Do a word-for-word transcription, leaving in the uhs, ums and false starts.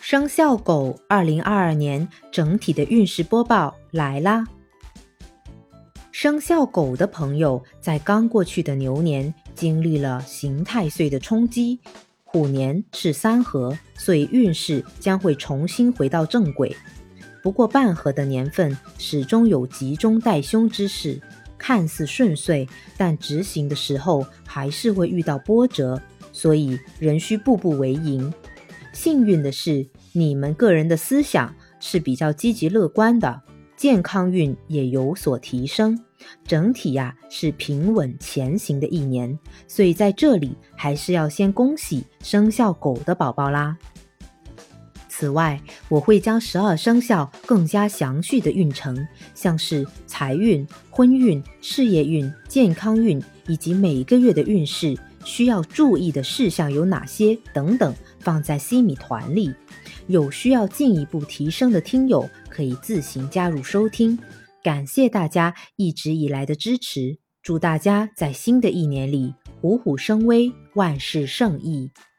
生肖狗二零二二年整体的运势播报来啦。生肖狗的朋友在刚过去的牛年经历了刑太岁的冲击，虎年是三合，所以运势将会重新回到正轨。不过半合的年份始终有吉中带凶之势，看似顺遂，但执行的时候还是会遇到波折，所以仍需步步为营。幸运的是，你们个人的思想是比较积极乐观的，健康运也有所提升，整体呀、啊、是平稳前行的一年，所以在这里还是要先恭喜生肖狗的宝宝啦。此外，我会将十二生肖更加详细的运程，像是财运、婚运、事业运、健康运以及每个月的运势需要注意的事项有哪些等等，放在 C 米团里。有需要进一步提升的听友可以自行加入收听。感谢大家一直以来的支持，祝大家在新的一年里虎虎生威，万事胜意。